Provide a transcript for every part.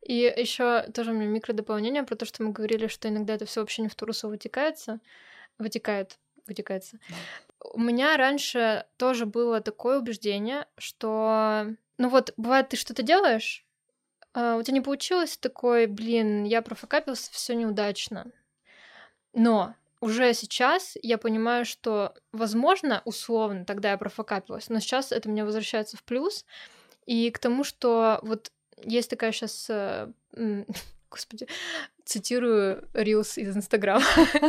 И еще тоже у меня микродополнение про то, что мы говорили, что иногда это все вообще не в Турусу вытекается. У меня раньше тоже было такое убеждение, что, ну вот, бывает, ты что-то делаешь, у тебя не получилось, такой, блин, я профокапился, все неудачно. Но уже сейчас я понимаю, что, возможно, условно, тогда я профокапилась, но сейчас это мне возвращается в плюс. И к тому, что вот есть такая сейчас, господи, цитирую Reels из Инстаграма.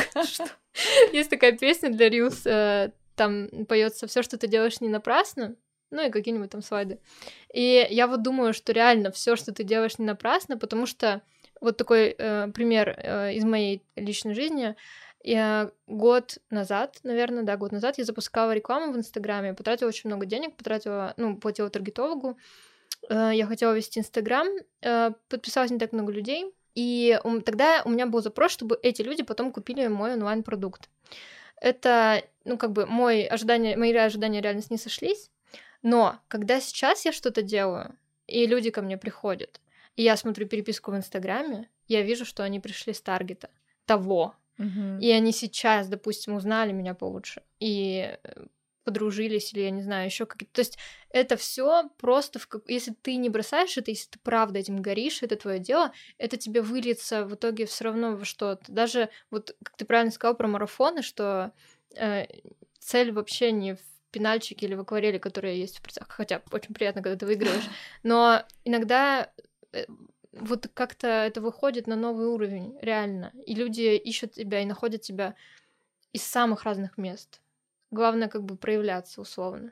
Есть такая песня для Reels, там поется все, что ты делаешь, не напрасно. Ну и какие-нибудь там слайды. И я вот думаю, что реально все, что ты делаешь, не напрасно, потому что вот такой пример из моей личной жизни. Я год назад, наверное, я запускала рекламу в Инстаграме, потратила очень много денег, платила таргетологу. Я хотела вести Инстаграм, подписалось не так много людей, и тогда у меня был запрос, чтобы эти люди потом купили мой онлайн-продукт. Это, мои ожидания и реальность не сошлись, но когда сейчас я что-то делаю, и люди ко мне приходят, и я смотрю переписку в Инстаграме, я вижу, что они пришли с таргета того, и они сейчас, допустим, узнали меня получше, и подружились, или я не знаю, еще какие-то. То есть это все просто, если ты не бросаешь это, если ты правда этим горишь, это твое дело, это тебе выльется в итоге все равно во что-то. Даже вот, как ты правильно сказал про марафоны, что цель вообще не в пенальчике или в акварели, которые есть в прицелах, хотя очень приятно, когда ты выигрываешь, но иногда вот как-то это выходит на новый уровень, реально, и люди ищут тебя и находят тебя из самых разных мест. Главное, проявляться условно.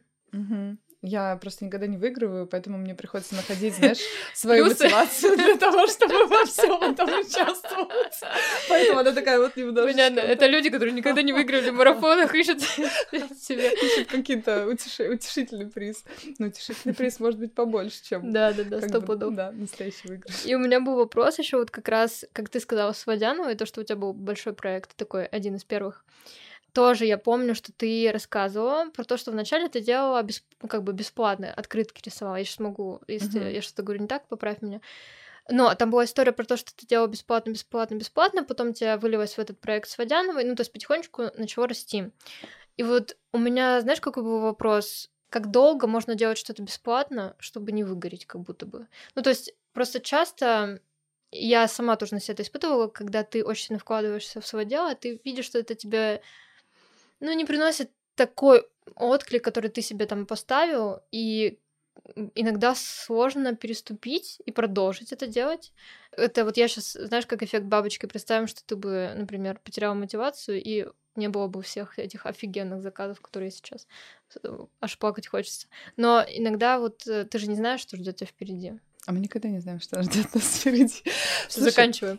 Я просто никогда не выигрываю, поэтому мне приходится находить, знаешь, свою мотивацию для того, чтобы во всем этом участвовать. Поэтому она такая вот немножечко... Понятно, это люди, которые никогда не выиграли в марафонах, ищут себе. Ищут какие-то утешительный приз. Ну, утешительный приз может быть побольше, чем... Да, 100 пудов. Да, настоящий выигрыш. И у меня был вопрос еще вот как раз, как ты сказала, с Водяновой, то, что у тебя был большой проект, такой один из первых. Тоже я помню, что ты рассказывала про то, что вначале ты делала бесплатно, открытки рисовала. Я сейчас могу, если я что-то говорю не так, поправь меня. Но там была история про то, что ты делала бесплатно, потом тебя вылилось в этот проект с Водяновой, то есть потихонечку начало расти. И вот у меня, знаешь, какой был вопрос? Как долго можно делать что-то бесплатно, чтобы не выгореть, как будто бы? То есть просто часто... Я сама тоже на себя это испытывала, когда ты очень сильно вкладываешься в свое дело, ты видишь, что это тебе не приносит такой отклик, который ты себе там поставил, и иногда сложно переступить и продолжить это делать. Это вот я сейчас, знаешь, как эффект бабочки, представим, что ты бы, например, потеряла мотивацию, и не было бы всех этих офигенных заказов, которые сейчас. Аж плакать хочется. Но иногда вот ты же не знаешь, что ждет тебя впереди. А мы никогда не знаем, что ждет нас впереди. Заканчиваем.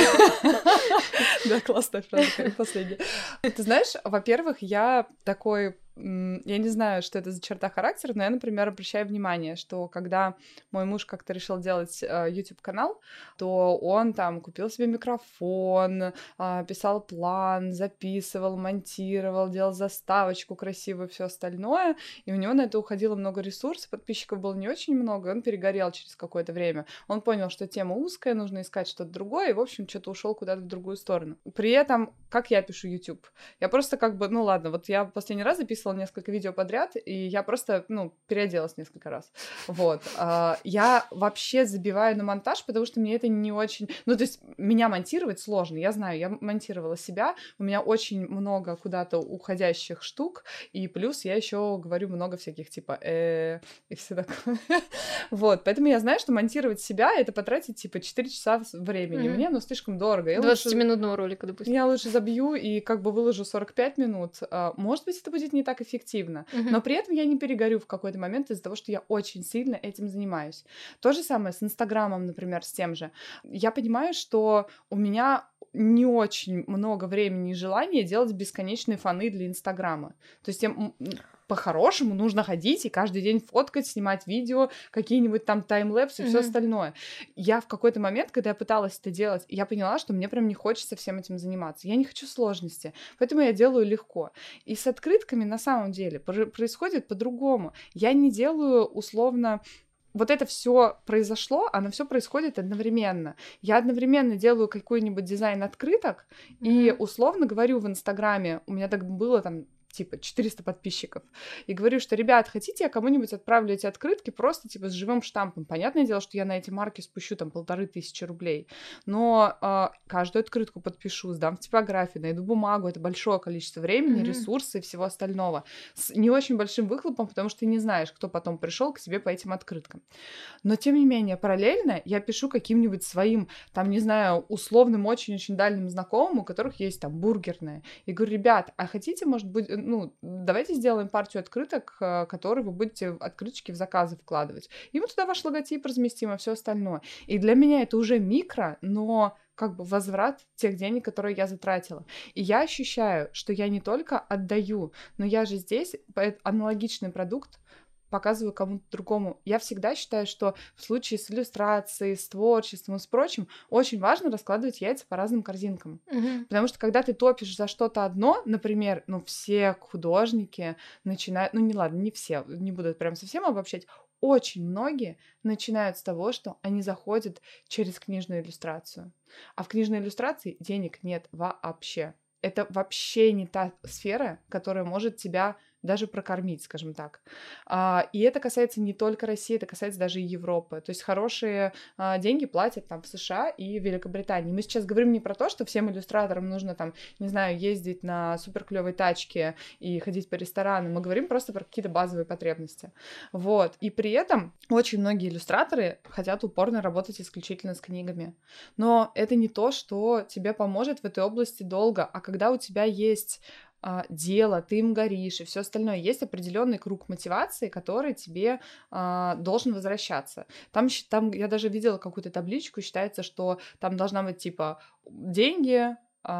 Да, классная фраза, последняя. Ты знаешь, во-первых, я такой... Я не знаю, что это за черта характера, но я, например, обращаю внимание, что когда мой муж как-то решил делать YouTube-канал, то он там купил себе микрофон, писал план, записывал, монтировал, делал заставочку красивую, все остальное, и у него на это уходило много ресурсов, подписчиков было не очень много, и он перегорел через какое-то время. Он понял, что тема узкая, нужно искать что-то другое, и, в общем, что-то ушел куда-то в другую сторону. При этом, как я пишу YouTube? Я просто ладно, вот я последний раз записывала несколько видео подряд, и я просто, переоделась несколько раз. Вот. Я вообще забиваю на монтаж, потому что мне это не очень... то есть меня монтировать сложно, я знаю, я монтировала себя, у меня очень много куда-то уходящих штук, и плюс я еще говорю много всяких, типа, и все такое. Вот, поэтому я знаю, что монтировать себя — это потратить, 4 часа времени. Мне, слишком дорого. 20-минутного ролика, допустим. Я лучше забью и выложу 45 минут. Может быть, это будет не так эффективно, но при этом я не перегорю в какой-то момент из-за того, что я очень сильно этим занимаюсь. То же самое с Инстаграмом, например, с тем же. Я понимаю, что у меня не очень много времени и желания делать бесконечные фаны для Инстаграма. То есть по-хорошему нужно ходить и каждый день фоткать, снимать видео, какие-нибудь там таймлэпсы и все остальное. Я в какой-то момент, когда я пыталась это делать, я поняла, что мне прям не хочется всем этим заниматься. Я не хочу сложности, поэтому я делаю легко. И с открытками на самом деле происходит по-другому. Я не делаю условно вот это все произошло, оно все происходит одновременно. Я одновременно делаю какой-нибудь дизайн открыток, и условно говорю в Инстаграме, у меня так было там типа 400 подписчиков, и говорю, что, ребят, хотите, я кому-нибудь отправлю эти открытки просто, типа, с живым штампом? Понятное дело, что я на эти марки спущу там 1500 рублей, но каждую открытку подпишу, сдам в типографию, найду бумагу, это большое количество времени, ресурсов и всего остального, с не очень большим выхлопом, потому что ты не знаешь, кто потом пришел к тебе по этим открыткам. Но, тем не менее, параллельно я пишу каким-нибудь своим, там, не знаю, условным, очень-очень дальним знакомым, у которых есть там бургерная, и говорю, ребят, а хотите, может быть, ну, давайте сделаем партию открыток, которые вы будете открыточки в заказы вкладывать. И мы туда ваш логотип разместим, и все остальное. И для меня это уже микро, но как бы возврат тех денег, которые я затратила. И я ощущаю, что я не только отдаю, но я же здесь аналогичный продукт показываю кому-то другому. Я всегда считаю, что в случае с иллюстрацией, с творчеством и с прочим очень важно раскладывать яйца по разным корзинкам. Потому что когда ты топишь за что-то одно, например, ну, все художники начинают... Ну, не ладно, не все, не буду прям совсем обобщать. Очень многие начинают с того, что они заходят через книжную иллюстрацию. А в книжной иллюстрации денег нет вообще. Это вообще не та сфера, которая может тебя даже прокормить, скажем так. И это касается не только России, это касается даже и Европы. То есть хорошие деньги платят там в США и Великобритании. Мы сейчас говорим не про то, что всем иллюстраторам нужно там, не знаю, ездить на суперклёвой тачке и ходить по ресторанам. Мы говорим просто про какие-то базовые потребности. Вот. И при этом очень многие иллюстраторы хотят упорно работать исключительно с книгами. Но это не то, что тебе поможет в этой области долго. А когда у тебя есть дело, ты им горишь и все остальное, есть определенный круг мотивации, который тебе должен возвращаться. Там я даже видела какую-то табличку, считается, что там должна быть типа деньги,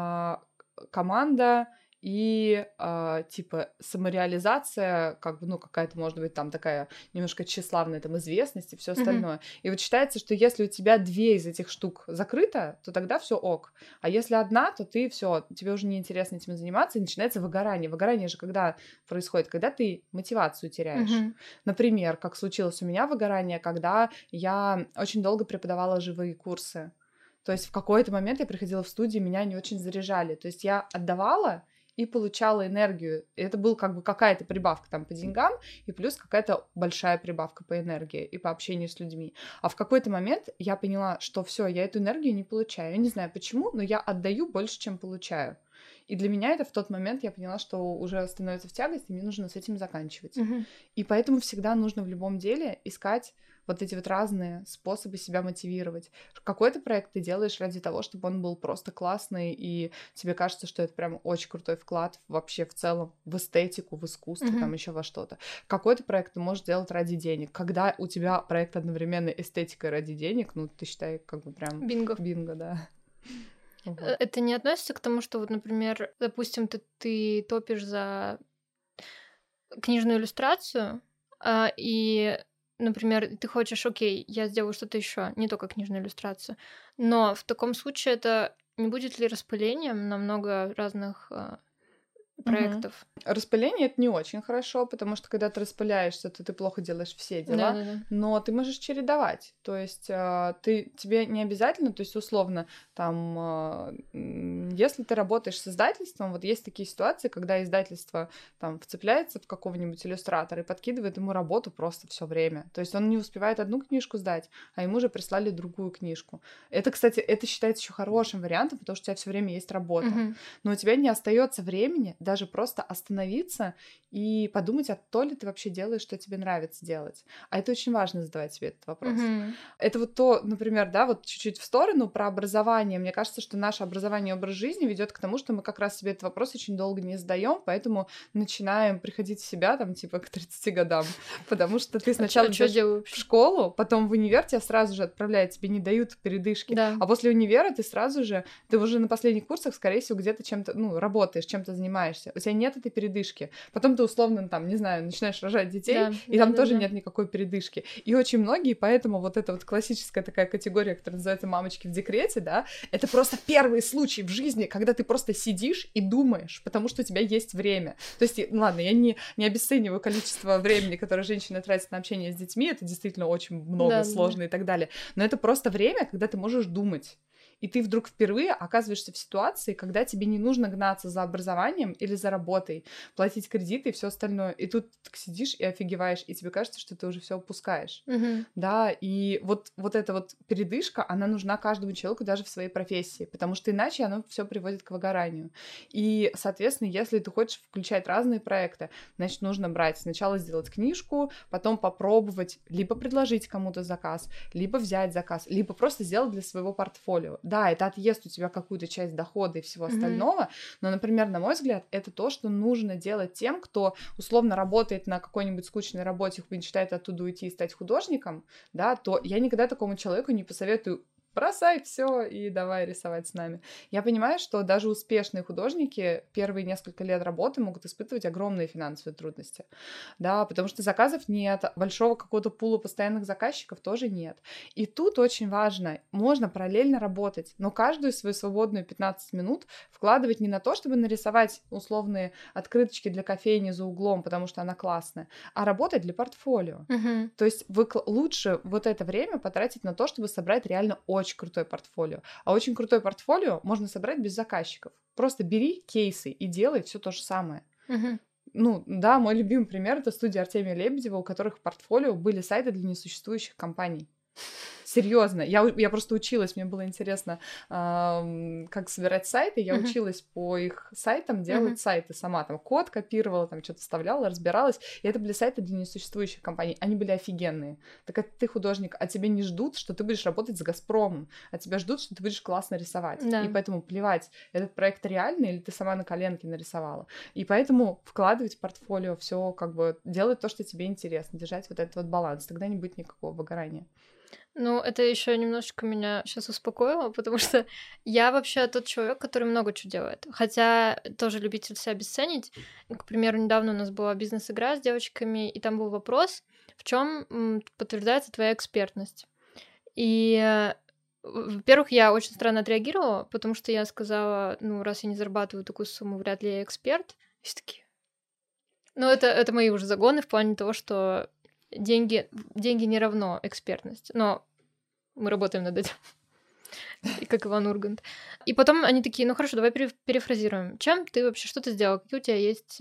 команда и типа самореализация, как бы, ну, какая-то, может быть, там такая немножко тщеславная там известность и все остальное. И вот считается, что если у тебя 2 из этих штук закрыто, то тогда все ок. А если одна, то ты все, тебе уже неинтересно этим заниматься, и начинается выгорание. Выгорание же когда происходит? Когда ты мотивацию теряешь. Например, как случилось у меня выгорание, когда я очень долго преподавала живые курсы. То есть в какой-то момент я приходила в студию, меня не очень заряжали. То есть я отдавала и получала энергию. И это была как бы какая-то прибавка там по деньгам, и плюс какая-то большая прибавка по энергии и по общению с людьми. А в какой-то момент я поняла, что все, я эту энергию не получаю. Я не знаю почему, но я отдаю больше, чем получаю. И для меня это в тот момент я поняла, что уже становится в тягость, и мне нужно с этим заканчивать. И поэтому всегда нужно в любом деле искать вот эти вот разные способы себя мотивировать. Какой-то проект ты делаешь ради того, чтобы он был просто классный, и тебе кажется, что это прям очень крутой вклад вообще в целом в эстетику, в искусство, там еще во что-то. Какой-то проект ты можешь делать ради денег. Когда у тебя проект одновременно эстетика и ради денег, ну, ты считай, как бы прям... Бинго, да. Вот. Это не относится к тому, что вот, например, допустим, ты топишь за книжную иллюстрацию, и, например, ты хочешь, окей, я сделаю что-то еще, не только книжную иллюстрацию, но в таком случае это не будет ли распылением на много разных проектов? Распыление — это не очень хорошо, потому что когда ты распыляешься, то ты плохо делаешь все дела, но ты можешь чередовать, то есть тебе не обязательно, то есть условно, там, если ты работаешь с издательством, вот есть такие ситуации, когда издательство там вцепляется в какого-нибудь иллюстратора и подкидывает ему работу просто все время, то есть он не успевает одну книжку сдать, а ему уже прислали другую книжку. Это, кстати, это считается еще хорошим вариантом, потому что у тебя все время есть работа, но у тебя не остается времени даже просто остановиться и подумать, а то ли ты вообще делаешь, что тебе нравится делать. А это очень важно задавать себе этот вопрос. Это вот то, например, да, вот чуть-чуть в сторону про образование. Мне кажется, что наше образование и образ жизни ведет к тому, что мы как раз себе этот вопрос очень долго не задаем, поэтому начинаем приходить в себя там типа к 30 годам, потому что ты сначала идёшь в школу, потом в универ тебя сразу же отправляют, тебе не дают передышки, а после универа ты уже на последних курсах, скорее всего, где-то чем-то, ну, работаешь, чем-то занимаешься. развиваешься, у тебя нет этой передышки. Потом ты условно, там, не знаю, начинаешь рожать детей, Да, и там тоже нет никакой передышки. И очень многие, поэтому вот эта вот классическая такая категория, которая называется «мамочки в декрете», да, это просто первый случай в жизни, когда ты просто сидишь и думаешь, потому что у тебя есть время. То есть, ладно, я не обесцениваю количество времени, которое женщина тратит на общение с детьми, это действительно очень много, сложно и так далее, но это просто время, когда ты можешь думать. И ты вдруг впервые оказываешься в ситуации, когда тебе не нужно гнаться за образованием или за работой, платить кредиты и все остальное. И тут ты сидишь и офигеваешь, и тебе кажется, что ты уже все упускаешь. Да, и вот эта вот передышка, она нужна каждому человеку даже в своей профессии, потому что иначе оно все приводит к выгоранию. И, соответственно, если ты хочешь включать разные проекты, значит, нужно брать сначала сделать книжку, потом попробовать либо предложить кому-то заказ, либо взять заказ, либо просто сделать для своего портфолио. Да, это отъест у тебя какую-то часть дохода и всего остального, но, например, на мой взгляд, это то, что нужно делать тем, кто условно работает на какой-нибудь скучной работе, мечтает оттуда уйти и стать художником, да, то я никогда такому человеку не посоветую: бросай все и давай рисовать с нами. Я понимаю, что даже успешные художники первые несколько лет работы могут испытывать огромные финансовые трудности, да, потому что заказов нет, большого какого-то пула постоянных заказчиков тоже нет. И тут очень важно, можно параллельно работать, но каждую свою свободную 15 минут вкладывать не на то, чтобы нарисовать условные открыточки для кофейни за углом, потому что она классная, а работать для портфолио. То есть лучше вот это время потратить на то, чтобы собрать реально очень крутое портфолио. А очень крутое портфолио можно собрать без заказчиков. Просто бери кейсы и делай все то же самое. Ну, да, мой любимый пример — это студия Артемия Лебедева, у которых в портфолио были сайты для несуществующих компаний. Серьезно, я просто училась, мне было интересно, как собирать сайты, я училась по их сайтам делать сайты сама, там код копировала, там что-то вставляла, разбиралась, и это были сайты для несуществующих компаний, они были офигенные. Так как ты художник, а тебе не ждут, что ты будешь работать с «Газпромом», а тебя ждут, что ты будешь классно рисовать, и поэтому плевать, этот проект реальный или ты сама на коленке нарисовала, и поэтому вкладывать в портфолио все, как бы делать то, что тебе интересно, держать вот этот вот баланс, тогда не будет никакого выгорания. Ну, это еще немножечко меня сейчас успокоило, потому что я вообще тот человек, который много чего делает. Хотя тоже любитель себя обесценить. К примеру, недавно у нас была бизнес-игра с девочками, и там был вопрос, в чем подтверждается твоя экспертность. И, во-первых, я очень странно отреагировала, потому что я сказала, ну, раз я не зарабатываю такую сумму, вряд ли я эксперт. И все такие. Ну, это мои уже загоны в плане того, что деньги не равно экспертность, но мы работаем над этим. И как Иван Ургант. И потом они такие: ну хорошо, давай перефразируем. Чем ты вообще, что ты сделал? Какие у тебя есть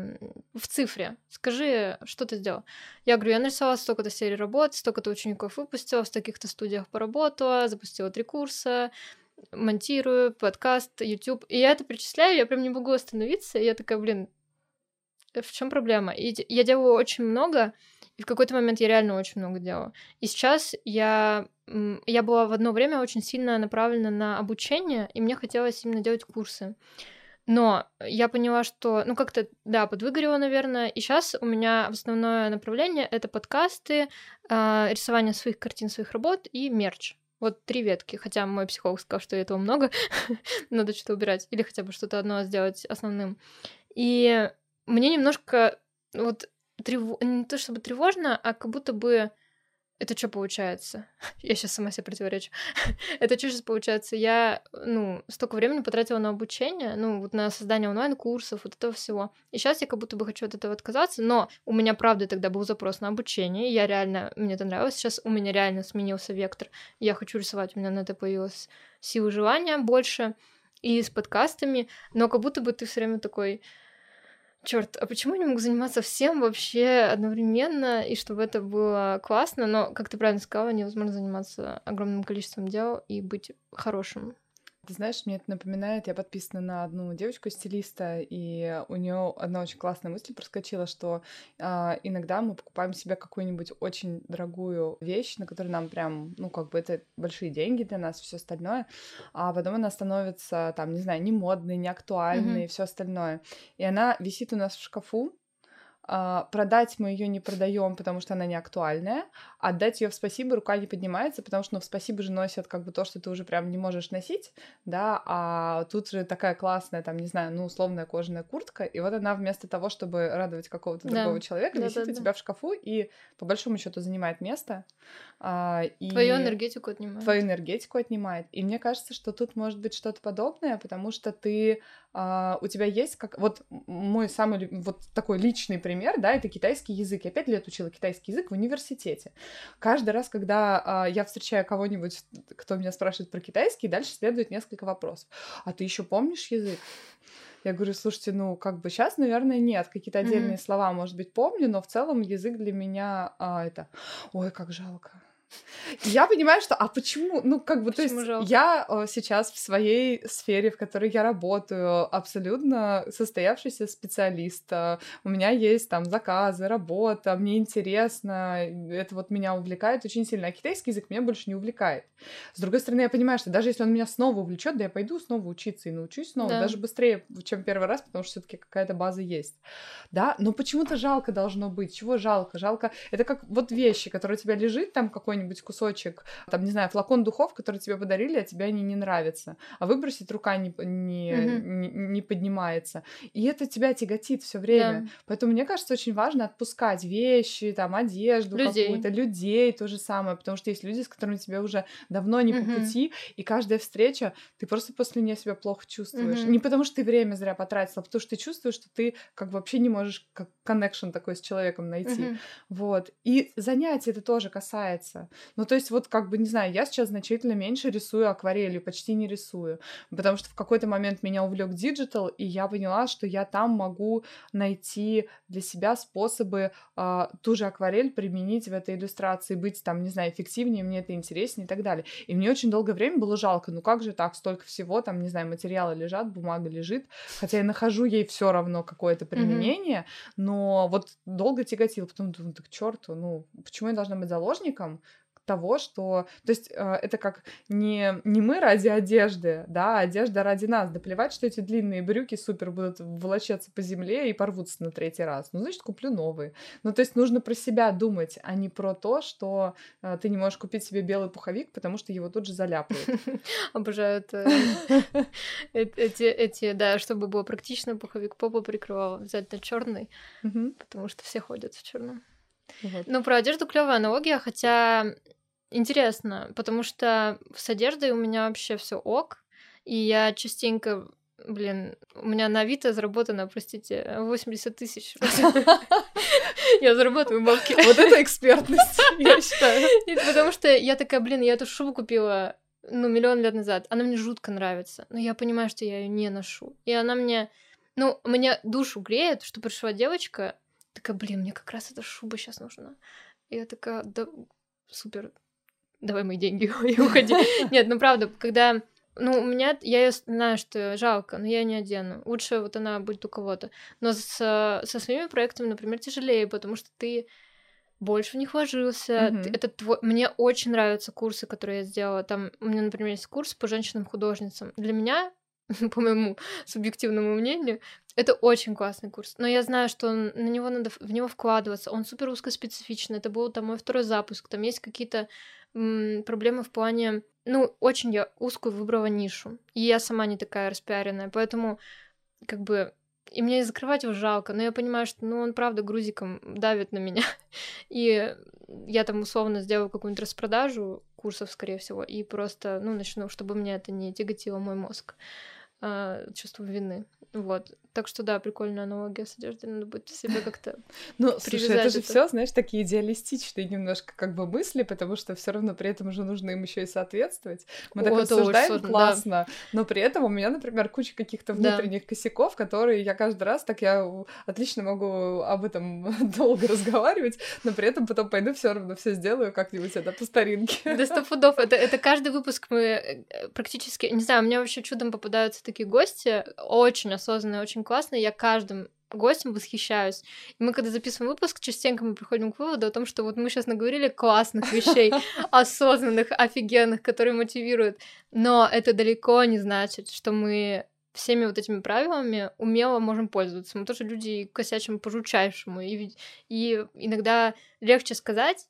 в цифре? Скажи, что ты сделал? Я говорю, я нарисовала столько-то серий работ, столько-то учеников выпустила, в таких-то студиях поработала, запустила 3 курса, монтирую, подкаст, YouTube. И я это перечисляю, я прям не могу остановиться. И я такая, блин, в чем проблема? И я делаю очень много, и в какой-то момент я реально очень много делала. И сейчас я была в одно время очень сильно направлена на обучение, и мне хотелось именно делать курсы. Но я поняла, что, ну, как-то, да, подвыгорела, наверное. И сейчас у меня основное направление — это подкасты, рисование своих картин, своих работ и мерч. Вот 3 ветки. Хотя мой психолог сказал, что этого много, надо что-то убирать. Или хотя бы что-то одно сделать основным. И мне немножко вот не то чтобы тревожно, а как будто бы это что получается? Я сейчас сама себе противоречу. Это что сейчас получается? Я, ну, столько времени потратила на обучение, ну, вот на создание онлайн-курсов, вот этого всего. И сейчас я как будто бы хочу от этого отказаться, но у меня, правда, тогда был запрос на обучение, и я реально, мне это нравилось. Сейчас у меня реально сменился вектор. Я хочу рисовать, у меня на это появилась сила желания больше. И с подкастами, но как будто бы ты все время такой: черт, а почему я не могу заниматься всем вообще одновременно, и чтобы это было классно, но, как ты правильно сказала, невозможно заниматься огромным количеством дел и быть хорошим. Ты знаешь, мне это напоминает, я подписана на одну девочку-стилиста, и у нее одна очень классная мысль проскочила, что иногда мы покупаем себе какую-нибудь очень дорогую вещь, на которую нам прям, ну, как бы это большие деньги для нас, все остальное, а потом она становится, там, не знаю, не модной, не актуальной и все остальное. И она висит у нас в шкафу, продать мы ее не продаем, потому что она не актуальная, отдать ее в спасибо рука не поднимается, потому что в спасибо же носят как бы то, что ты уже прям не можешь носить, да, а тут же такая классная, там, не знаю, условная кожаная куртка, и вот она вместо того, чтобы радовать какого-то другого человека, висит у тебя в шкафу и по большому счету занимает место. И твою энергетику отнимает. И мне кажется, что тут может быть что-то подобное, потому что у тебя есть вот мой самый вот такой личный пример, да, это китайский язык. Я 5 лет учила китайский язык в университете. Каждый раз, когда я встречаю кого-нибудь, кто меня спрашивает про китайский, дальше следует несколько вопросов. А ты еще помнишь язык? Я говорю, слушайте, сейчас, наверное, нет. Какие-то отдельные слова, может быть, помню, но в целом язык для меня это... Ой, как жалко. Я понимаю, что, почему? То есть жалко? Я сейчас в своей сфере, в которой я работаю, абсолютно состоявшийся специалист. У меня есть там заказы, работа, мне интересно, это вот меня увлекает очень сильно, а китайский язык меня больше не увлекает. С другой стороны, я понимаю, что даже если он меня снова увлечет, да я пойду снова учиться и научусь снова, даже быстрее, чем первый раз, потому что все-таки какая-то база есть. Да, но почему-то жалко должно быть. Чего жалко? Жалко, это как вот вещи, которые у тебя лежит, там какой-нибудь кусочек, там, не знаю, флакон духов, который тебе подарили, а тебе они не нравятся, а выбросить рука не поднимается. И это тебя тяготит все время. Да. Поэтому мне кажется, очень важно отпускать вещи, там, одежду какую-то, людей, то же самое, потому что есть люди, с которыми тебе уже давно не по пути, и каждая встреча, ты просто после нее себя плохо чувствуешь. Не потому что ты время зря потратила, а потому что ты чувствуешь, что ты как вообще не можешь как connection такой с человеком найти. Вот. И занятия это тоже касается. То есть вот не знаю, я сейчас значительно меньше рисую акварелью, почти не рисую, потому что в какой-то момент меня увлек диджитал, и я поняла, что я там могу найти для себя способы ту же акварель применить в этой иллюстрации, быть там, не знаю, эффективнее, мне это интереснее и так далее. И мне очень долгое время было жалко, как же так, столько всего, там, не знаю, материалы лежат, бумага лежит, хотя я нахожу ей все равно какое-то применение, но вот долго тяготило, потом думаю, так к черту, почему я должна быть заложником того, что... То есть это как не мы ради одежды, да, а одежда ради нас. Да плевать, что эти длинные брюки супер будут волочаться по земле и порвутся на 3-й раз. Значит, куплю новые. То есть нужно про себя думать, а не про то, что ты не можешь купить себе белый пуховик, потому что его тут же заляпают. Обожаю эти, да, чтобы было практично, пуховик попу прикрывал, обязательно черный, потому что все ходят в черном. Про одежду клевая аналогия, хотя интересно, потому что с одеждой у меня вообще все ок, и я частенько, у меня на Авито заработано, простите, 80 тысяч. Я зарабатываю бабки. Вот это экспертность, я считаю. Потому что я такая, я эту шубу купила, 1 миллион лет назад, она мне жутко нравится, но я понимаю, что я ее не ношу, и она мне душу греет, что пришла девочка, такая, мне как раз эта шуба сейчас нужна. И я такая, да, супер, давай мои деньги и уходи. Нет, правда, когда... у меня... Я ее знаю, что жалко, но я не одену. Лучше вот она будет у кого-то. Но со своими проектами, например, тяжелее, потому что ты больше в них вложился. Мне очень нравятся курсы, которые я сделала. Там у меня, например, есть курс по женщинам-художницам. Для меня, по моему субъективному мнению, это очень классный курс, но я знаю, что на него надо в него вкладываться, он супер узкоспецифичный, это был там мой 2-й запуск, там есть какие-то проблемы в плане, очень я узкую выбрала нишу, и я сама не такая распиаренная, поэтому и мне закрывать его жалко, но я понимаю, что он правда грузиком давит на меня, и я там условно сделаю какую-нибудь распродажу курсов, скорее всего, и просто, начну, чтобы мне это не тяготило мой мозг. Чувство вины. Вот. Так что да, прикольная аналогия с одеждой, надо будет себе как-то слушай, это же все, знаешь, такие идеалистичные немножко мысли, потому что все равно при этом же нужно им еще и соответствовать. Мы так рассуждаем классно, но при этом у меня, например, куча каких-то внутренних косяков, которые я каждый раз, я отлично могу об этом долго разговаривать, но при этом потом пойду все равно все сделаю как-нибудь это по старинке. Да 100%. Это каждый выпуск мы практически... Не знаю, у меня вообще чудом попадаются такие гости, очень осознанные, очень классные, я каждым гостем восхищаюсь. И мы, когда записываем выпуск, частенько мы приходим к выводу о том, что вот мы сейчас наговорили классных вещей, осознанных, офигенных, которые мотивируют, но это далеко не значит, что мы всеми вот этими правилами умело можем пользоваться. Мы тоже люди косячим по жутчайшему, и иногда легче сказать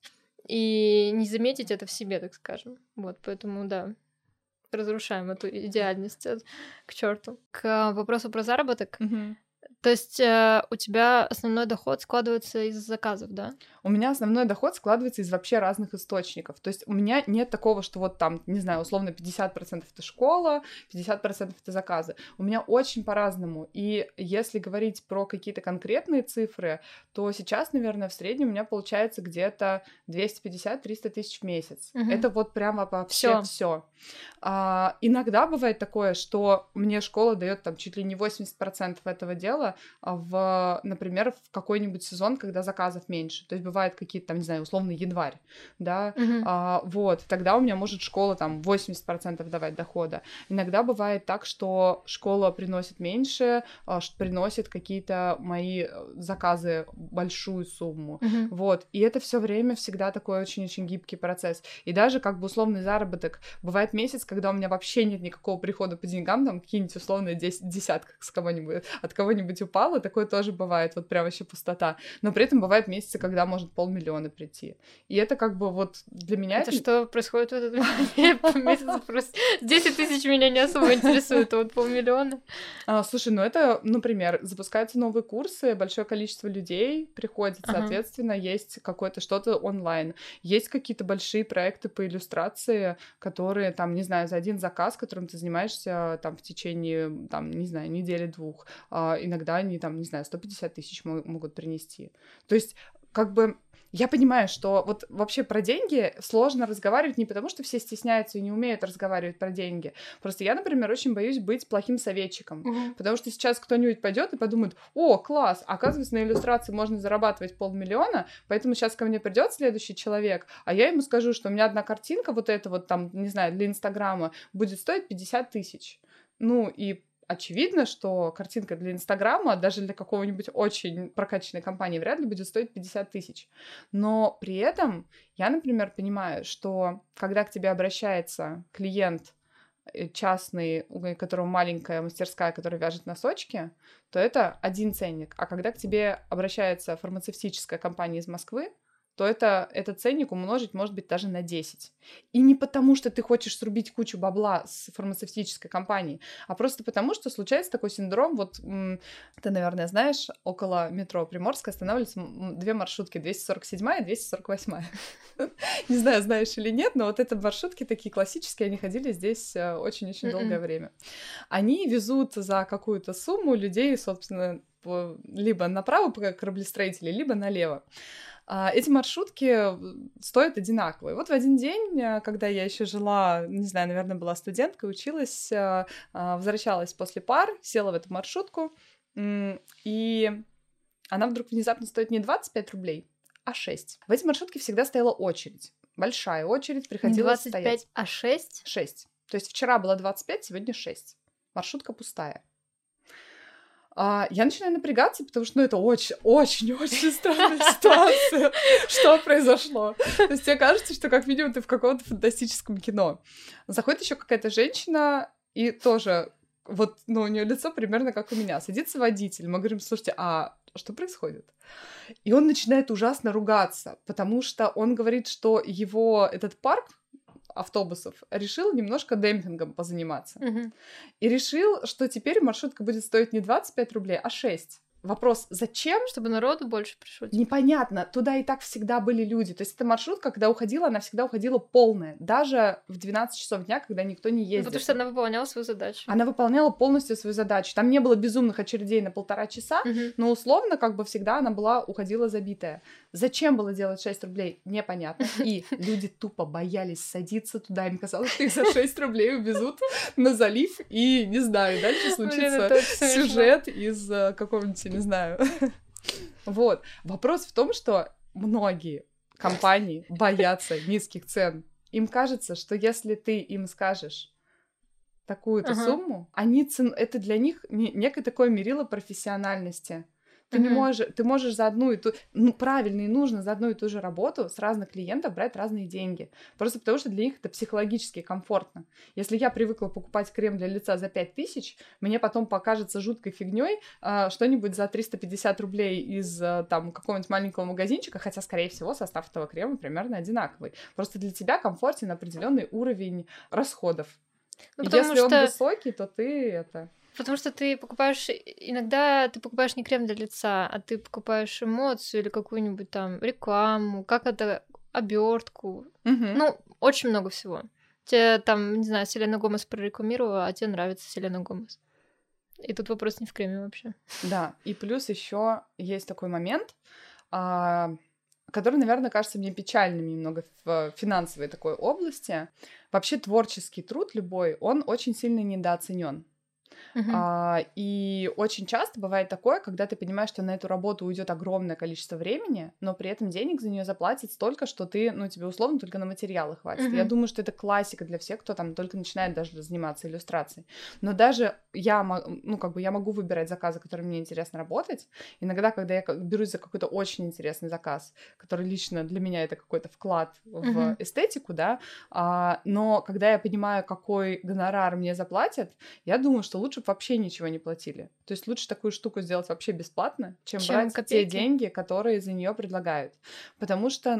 и не заметить это в себе, так скажем. Вот, поэтому, да, разрушаем эту идеальность к черту. К вопросу про заработок. То есть у тебя основной доход складывается из заказов, да? У меня основной доход складывается из вообще разных источников. То есть у меня нет такого, что вот там, не знаю, условно 50% это школа, 50% это заказы. У меня очень по-разному. И если говорить про какие-то конкретные цифры, то сейчас, наверное, в среднем у меня получается где-то 250-300 тысяч в месяц. Это вот прямо вообще все. Иногда бывает такое, что мне школа дает там чуть ли не 80% этого дела, например, в какой-нибудь сезон, когда заказов меньше. То есть бывают какие-то там, не знаю, условно январь, да, вот, тогда у меня может школа там 80% давать дохода. Иногда бывает так, что школа приносит меньше, приносит какие-то мои заказы большую сумму, вот, и это все время всегда такой очень-очень гибкий процесс. И даже как бы условный заработок. Бывает месяц, когда у меня вообще нет никакого прихода по деньгам, там какие-нибудь условные десятка от кого-нибудь упало, такое тоже бывает, вот прям вообще пустота. Но при этом бывают месяцы, когда может 500 000 прийти. И это как бы вот для меня... Это что происходит в этот месяц? Просто 10 тысяч меня не особо интересует, а вот 500 000. Слушай, ну это, например, запускаются новые курсы, большое количество людей приходит, соответственно, есть какое-то что-то онлайн. Есть какие-то большие проекты по иллюстрации, которые, там, не знаю, за один заказ, которым ты занимаешься там в течение, там, не знаю, недели-двух, иногда они там, не знаю, 150 тысяч могут принести. То есть, как бы, я понимаю, что вот вообще про деньги сложно разговаривать не потому, что все стесняются и не умеют разговаривать про деньги. Просто я, например, очень боюсь быть плохим советчиком, потому что сейчас кто-нибудь пойдет и подумает: о, класс, оказывается, на иллюстрации можно зарабатывать 500 000, поэтому сейчас ко мне придет следующий человек, а я ему скажу, что у меня одна картинка вот эта вот там, не знаю, для Инстаграма будет стоить 50 тысяч. Ну, и очевидно, что картинка для Инстаграма, даже для какого-нибудь очень прокачанной компании, вряд ли будет стоить 50 тысяч. Но при этом я, например, понимаю, что когда к тебе обращается клиент частный, у которого маленькая мастерская, которая вяжет носочки, то это один ценник. А когда к тебе обращается фармацевтическая компания из Москвы, то этот ценник умножить, может быть, даже на 10. И не потому, что ты хочешь срубить кучу бабла с фармацевтической компанией, а просто потому, что случается такой синдром, вот ты, наверное, знаешь, около метро Приморская останавливаются две маршрутки, 247 и 248. Не знаю, знаешь или нет, но вот это маршрутки такие классические, они ходили здесь очень-очень долгое время. Они везут за какую-то сумму людей, собственно, либо направо по кораблестроителю, либо налево. Эти маршрутки стоят одинаково. И вот в один день, когда я еще жила, не знаю, наверное, была студенткой, училась, возвращалась после пар, села в эту маршрутку, и она вдруг внезапно стоит не 25 рублей, а 6. В эти маршрутки всегда стояла очередь. Большая очередь, приходилось стоять. 25, а 6? 6. То есть вчера было 25, сегодня 6. Маршрутка пустая. Я начинаю напрягаться, потому что, это очень-очень странная ситуация. Что произошло? То есть тебе кажется, что как минимум ты в каком-то фантастическом кино. Заходит еще какая-то женщина, и тоже вот, у нее лицо примерно как у меня. Садится водитель, мы говорим: слушайте, а что происходит? И он начинает ужасно ругаться, потому что он говорит, что его этот парк автобусов решил немножко демпингом позаниматься. И решил, что теперь маршрутка будет стоить не 25 рублей, а 6. Вопрос: зачем? Чтобы народу больше пришло. Непонятно. Туда и так всегда были люди. То есть эта маршрутка, когда уходила, она всегда уходила полная. Даже в 12 часов дня, когда никто не ездил. Потому что она выполняла свою задачу. Она выполняла полностью свою задачу. Там не было безумных очередей на 1,5 часа, но условно как бы всегда она уходила забитая. Зачем было делать 6 рублей? Непонятно. И люди тупо боялись садиться туда. Им казалось, что их за 6 рублей увезут на залив. И, не знаю, дальше случится сюжет из какого-нибудь, не знаю. Вот. Вопрос в том, что многие компании боятся низких цен. Им кажется, что если ты им скажешь такую-то сумму, это для них некое такое мерило профессиональности. Ты не можешь, ты можешь за одну и ту, правильно и нужно за одну и ту же работу с разных клиентов брать разные деньги. Просто потому что для них это психологически комфортно. Если я привыкла покупать крем для лица за 5000, мне потом покажется жуткой фигней что-нибудь за 350 рублей из там какого-нибудь маленького магазинчика, хотя, скорее всего, состав этого крема примерно одинаковый. Просто для тебя комфортен определенный уровень расходов. И если он высокий, то ты это... Потому что ты покупаешь... Иногда ты покупаешь не крем для лица, а ты покупаешь эмоцию или какую-нибудь там рекламу, как это, обертку. Ну, очень много всего. Тебе там, не знаю, Селена Гомес прорекламировала, а тебе нравится Селена Гомес. И тут вопрос не в креме вообще. Да, и плюс еще есть такой момент, который, наверное, кажется мне печальным немного в финансовой такой области. Вообще творческий труд любой, он очень сильно недооценен. И очень часто бывает такое, когда ты понимаешь, что на эту работу уйдет огромное количество времени, но при этом денег за нее заплатят столько, что ты, тебе условно только на материалы хватит. Я думаю, что это классика для всех, кто там только начинает даже заниматься иллюстрацией. Но даже я могу выбирать заказы, которые мне интересно работать. Иногда, когда я берусь за какой-то очень интересный заказ, который лично для меня это какой-то вклад в эстетику, да, но когда я понимаю, какой гонорар мне заплатят, я думаю, что лучше вообще ничего не платили. То есть лучше такую штуку сделать вообще бесплатно, чем брать те деньги, которые за нее предлагают. Потому что,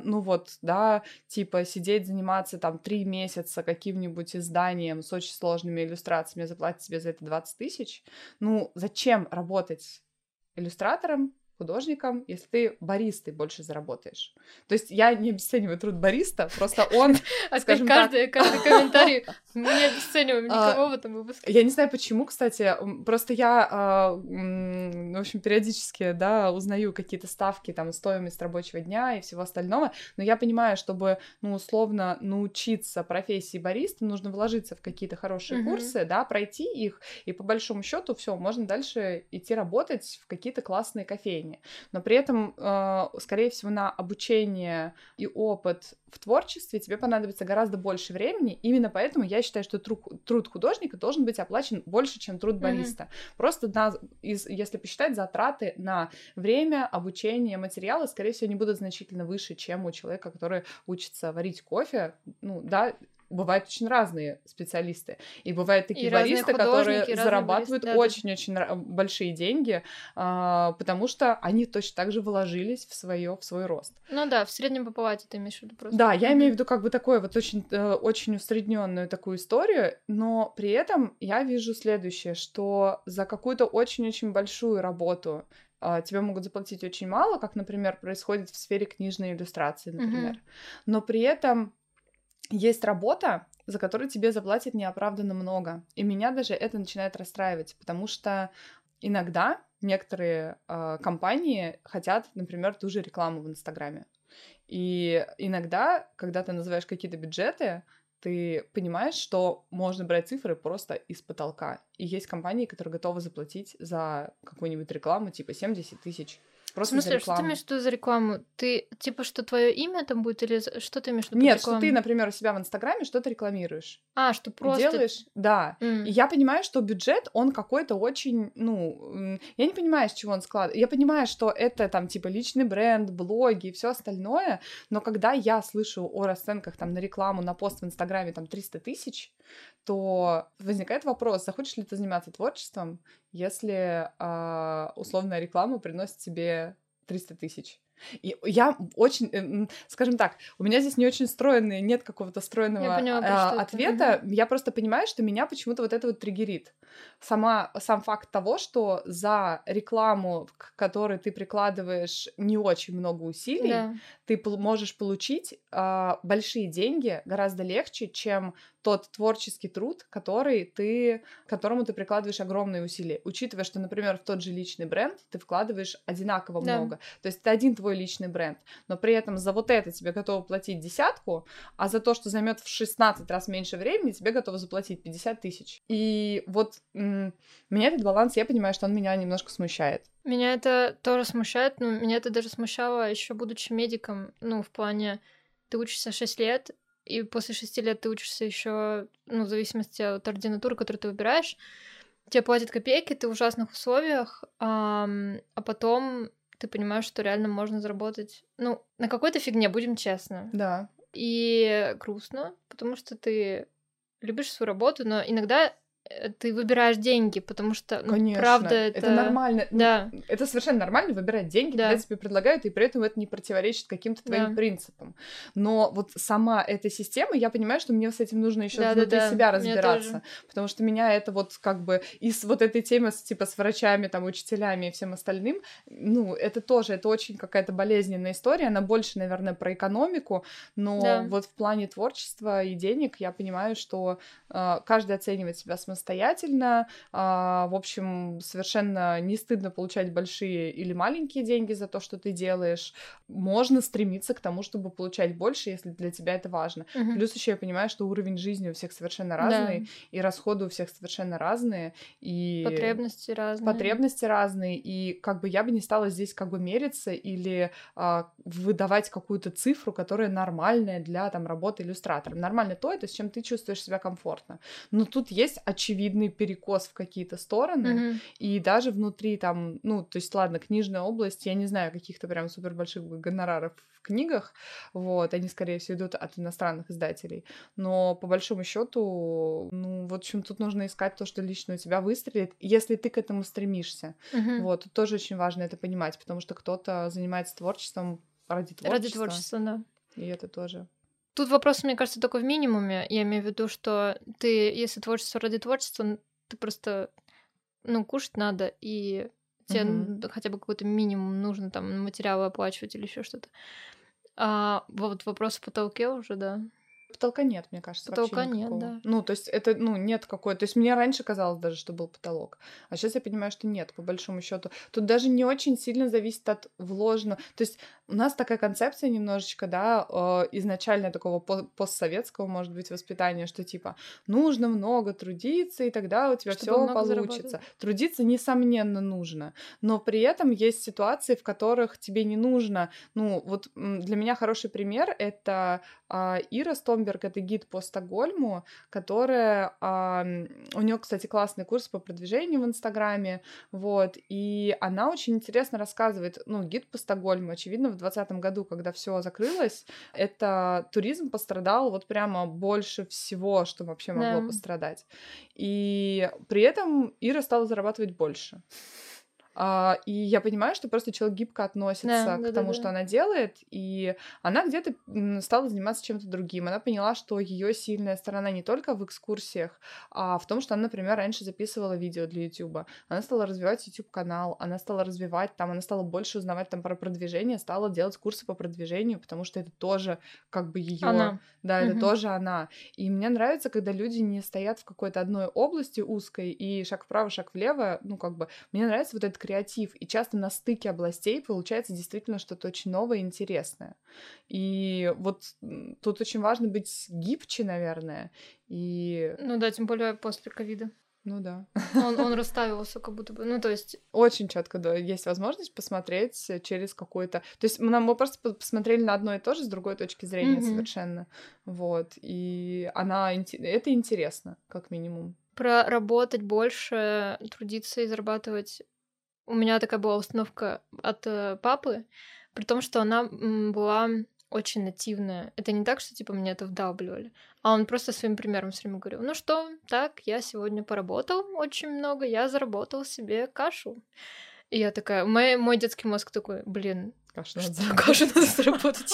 сидеть, заниматься там 3 месяца каким-нибудь изданием с очень сложными иллюстрациями, заплатить себе за это 20 тысяч, зачем работать иллюстратором, художником, если ты баристой больше заработаешь. То есть я не обесцениваю труд бариста, просто он, скажем так... каждый комментарий мы не обесцениваем никого в этом выпуске. Я не знаю почему, кстати, просто я, в общем, периодически, узнаю какие-то ставки, там, стоимость рабочего дня и всего остального, но я понимаю, чтобы, условно научиться профессии бариста, нужно вложиться в какие-то хорошие курсы, пройти их, и по большому счету все, можно дальше идти работать в какие-то классные кофейни. Но при этом, скорее всего, на обучение и опыт в творчестве тебе понадобится гораздо больше времени. Именно поэтому я считаю, что труд художника должен быть оплачен больше, чем труд бариста. Просто если посчитать затраты на время, обучение, материалы, скорее всего, они будут значительно выше, чем у человека, который учится варить кофе. Бывают очень разные специалисты. И бывают такие баристы, которые зарабатывают очень-очень большие деньги, потому что они точно так же вложились в свой рост. В среднем по палате ты имеешь в виду просто. Да, я имею в виду такой вот очень усредненную такую историю, но при этом я вижу следующее, что за какую-то очень-очень большую работу тебе могут заплатить очень мало, как, например, происходит в сфере книжной иллюстрации, например. Но при этом есть работа, за которую тебе заплатят неоправданно много. И меня даже это начинает расстраивать, потому что иногда некоторые компании хотят, например, ту же рекламу в Инстаграме. И иногда, когда ты называешь какие-то бюджеты, ты понимаешь, что можно брать цифры просто из потолка. И есть компании, которые готовы заплатить за какую-нибудь рекламу типа 70 тысяч. Просто в смысле, что ты имеешь в виду за рекламу? Ты, что твое имя там будет, или что ты имеешь в виду? Нет, что ты, например, у себя в Инстаграме что-то рекламируешь. Что просто... Делаешь, да. И я понимаю, что бюджет, он какой-то очень, я не понимаю, с чего он складывается. Я понимаю, что это там типа личный бренд, блоги и все остальное, но когда я слышу о расценках там на рекламу, на пост в Инстаграме там 300 тысяч, то возникает вопрос, захочешь ли ты заниматься творчеством, если условная реклама приносит тебе 300 тысяч. И я очень, скажем так, у меня здесь не очень стройный, нет какого-то стройного ответа. Я просто понимаю, что меня почему-то вот это вот триггерит. Сам факт того, что за рекламу, к которой ты прикладываешь не очень много усилий, ты можешь получить большие деньги гораздо легче, чем тот творческий труд, к которому ты прикладываешь огромные усилия. Учитывая, что, например, в тот же личный бренд ты вкладываешь одинаково много. То есть это один твой личный бренд, но при этом за вот это тебе готовы платить 10, а за то, что займет в 16 раз меньше времени, тебе готовы заплатить 50 тысяч. И вот меня этот баланс, я понимаю, что он меня немножко смущает. Меня это тоже смущает, но меня это даже смущало еще будучи медиком, в плане ты учишься 6 лет, и после 6 лет ты учишься еще, в зависимости от ординатуры, которую ты выбираешь, тебе платят копейки, ты в ужасных условиях, а потом ты понимаешь, что реально можно заработать, ну, на какой-то фигне, будем честны. Да. И грустно, потому что ты любишь свою работу, но иногда ты выбираешь деньги, потому что, ну, Конечно, правда, это нормально. Да. Это совершенно нормально выбирать деньги, Да. когда тебе предлагают, и при этом это не противоречит каким-то твоим Да. принципам. Но вот сама эта система, я понимаю, что мне с этим нужно еще внутри Да-да-да, себя мне разбираться, тоже. потому что меня это вот как бы и с вот этой темы типа с врачами, там, учителями и всем остальным, ну, это тоже, это очень какая-то болезненная история, она больше, наверное, про экономику, но Да. вот в плане творчества и денег я понимаю, что каждый оценивает себя самостоятельно. В общем, совершенно не стыдно получать большие или маленькие деньги за то, что ты делаешь. Можно стремиться к тому, чтобы получать больше, если для тебя это важно. Плюс еще я понимаю, что уровень жизни у всех совершенно разный, Да. и расходы у всех совершенно разные, и Потребности разные. И как бы я бы не стала здесь как бы мериться или выдавать какую-то цифру, которая нормальная для там работы иллюстратором. Нормально то, это с чем ты чувствуешь себя комфортно. Но тут есть очевидный перекос в какие-то стороны, и даже внутри там, ну, то есть, ладно, книжная область, я не знаю каких-то прям супер больших гонораров в книгах, вот, они, скорее всего, идут от иностранных издателей, но по большому счету, ну, в общем, тут нужно искать то, что лично у тебя выстрелит, если ты к этому стремишься, вот, тут тоже очень важно это понимать, потому что кто-то занимается творчеством ради творчества, да. И это тоже... Тут вопрос, мне кажется, только в минимуме. Я имею в виду, что ты, если творчество ради творчества, ты просто, ну, кушать надо, и тебе хотя бы какой-то минимум нужно, там, материалы оплачивать или еще что-то. Вот вопрос в потолке уже, да. Потолка нет, мне кажется, Потолка вообще никакого. нет, да. Ну, то есть это, ну, нет какой-то... То есть мне раньше казалось даже, что был потолок, а сейчас я понимаю, что нет, по большому счету. Тут даже не очень сильно зависит от вложенного... То есть у нас такая концепция немножечко, да, изначально такого постсоветского, может быть, воспитания, что типа нужно много трудиться, и тогда у тебя все получится. Трудиться, несомненно, нужно, но при этом есть ситуации, в которых тебе не нужно... Ну, вот для меня хороший пример — это Ира Стомберг, это гид по Стокгольму, которая... у нее, кстати, классный курс по продвижению в Инстаграме, вот, и она очень интересно рассказывает, ну, гид по Стокгольму, очевидно, в 2020 году, когда все закрылось, это туризм пострадал вот прямо больше всего, что вообще могло пострадать. И при этом Ира стала зарабатывать больше. И я понимаю, что просто человек гибко относится к тому, что она делает, и она где-то стала заниматься чем-то другим. Она поняла, что ее сильная сторона не только в экскурсиях, а в том, что она, например, раньше записывала видео для YouTube. Она стала развивать YouTube-канал, она стала развивать там, она стала больше узнавать там про продвижение, стала делать курсы по продвижению, потому что это тоже как бы ее... Да, это тоже она. И мне нравится, когда люди не стоят в какой-то одной области узкой, и шаг вправо, шаг влево, ну, как бы, мне нравится вот этот креатив, и часто на стыке областей получается действительно что-то очень новое и интересное. И вот тут очень важно быть гибче, наверное, и... Ну да, тем более после ковида. Ну да. Он расставился как будто бы, ну то есть... Очень четко, да, есть возможность посмотреть через какой-то... То есть мы просто посмотрели на одно и то же с другой точки зрения совершенно, вот, и это интересно, как минимум. Проработать больше, трудиться и зарабатывать. У меня такая была установка от папы, при том, что она была очень нативная. Это не так, что, типа, мне это вдалбливали, а он просто своим примером все время говорил: ну что, так, я сегодня поработал очень много, я заработал себе кашу. И я такая, мой детский мозг такой, блин, кашу надо заработать,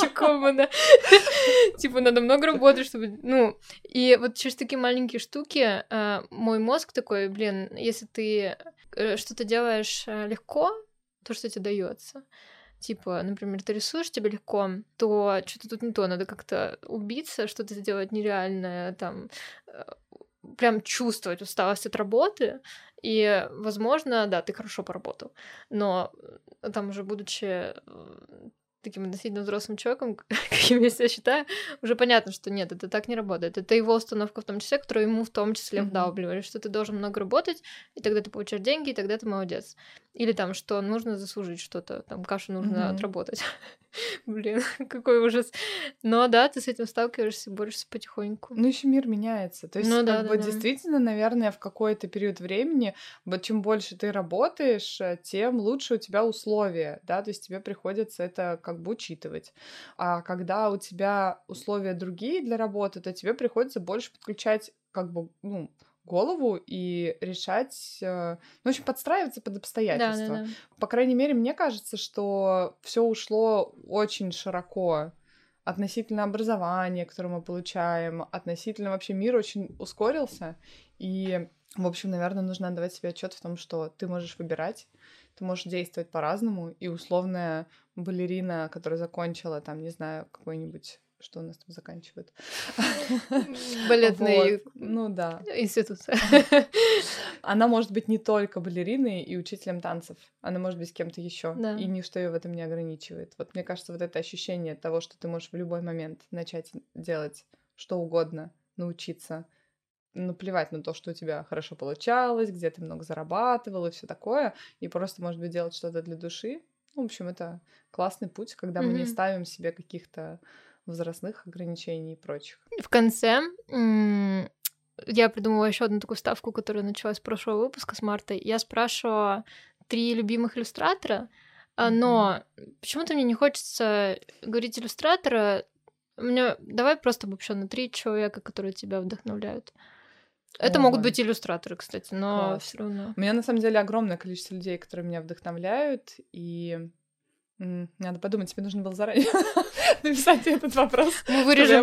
типа, надо много работать, чтобы, ну, и вот через такие маленькие штуки мой мозг такой, блин, если ты что-то делаешь легко, то, что тебе дается. Типа, например, ты рисуешь, тебе легко, то что-то тут не то, надо как-то убиться, что-то сделать нереальное, там, прям чувствовать усталость от работы, и, возможно, да, ты хорошо поработал, но там уже будучи таким относительно взрослым человеком, каким я себя считаю, уже понятно, что нет, это так не работает. Это его установка в том числе, которую ему в том числе вдалбливали, что ты должен много работать, и тогда ты получаешь деньги, и тогда ты молодец. Или там, что нужно заслужить что-то, там кашу нужно отработать. Блин, какой ужас. Но да, ты с этим сталкиваешься, борешься потихоньку. Ну, еще мир меняется. То есть, Ну да, как да, бы да. действительно, наверное, в какой-то период времени, вот чем больше ты работаешь, тем лучше у тебя условия, да, то есть тебе приходится это как бы учитывать. А когда у тебя условия другие для работы, то тебе приходится больше подключать как бы, ну, голову и решать, ну, в общем, подстраиваться под Да, да, обстоятельства. да. По крайней мере, мне кажется, что все ушло очень широко относительно образования, которое мы получаем, относительно вообще мир очень ускорился. И, в общем, наверное, нужно отдавать себе отчет в том, что ты можешь выбирать, ты можешь действовать по-разному, и условная балерина, которая закончила, там, не знаю, какой-нибудь что у нас там заканчивают? Балетный Вот. Ну да. институт. Она может быть не только балериной и учителем танцев, она может быть кем-то еще, Да. и ничто ее в этом не ограничивает. Вот мне кажется, вот это ощущение того, что ты можешь в любой момент начать делать что угодно, научиться, наплевать на то, что у тебя хорошо получалось, где ты много зарабатывал и все такое, и просто, может быть, делать что-то для души. Ну, в общем, это классный путь, когда мы не ставим себе каких-то возрастных ограничений и прочих. В конце я придумала еще одну такую ставку, которая началась с прошлого выпуска, с марта. Я спрашивала 3 любимых иллюстратора, но почему-то мне не хочется говорить иллюстратора. Давай просто обобщенно 3 человека, которые тебя вдохновляют. Это могут быть иллюстраторы, кстати, но все равно. У меня на самом деле огромное количество людей, которые меня вдохновляют, и надо подумать, тебе нужно было заранее написать этот вопрос. Мы вырежем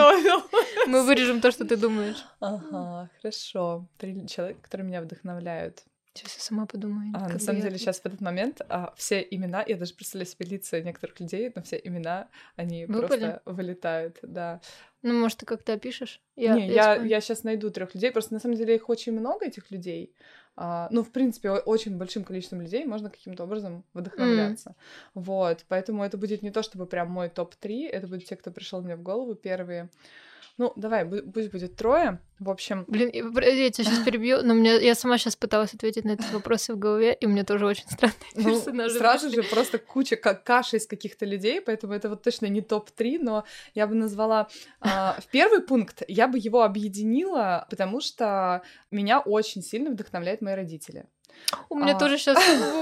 Мы вырежем то, что ты думаешь. Ага, хорошо. 3 человека, которые меня вдохновляют. Сейчас я сама подумаю. На самом деле сейчас в этот момент все имена, я даже представляю себе лица некоторых людей, но все имена, они просто вылетают, да. Ну, может, ты как-то опишешь? Я сейчас найду 3 людей, просто на самом деле их очень много, этих людей. Ну, в принципе, очень большим количеством людей можно каким-то образом вдохновляться. Вот, поэтому это будет не то, чтобы прям мой топ-3, это будут те, кто пришел мне в голову первые. Ну, давай, пусть будет 3. В общем... Блин, я тебя сейчас перебью, но я сама сейчас пыталась ответить на этот вопрос в голове, и у меня тоже очень странные персонажи. Сразу же просто куча каши из каких-то людей, поэтому это вот точно не топ-3, но я бы назвала... В первый пункт я бы его объединила, потому что меня очень сильно вдохновляют мои родители. У меня тоже сейчас...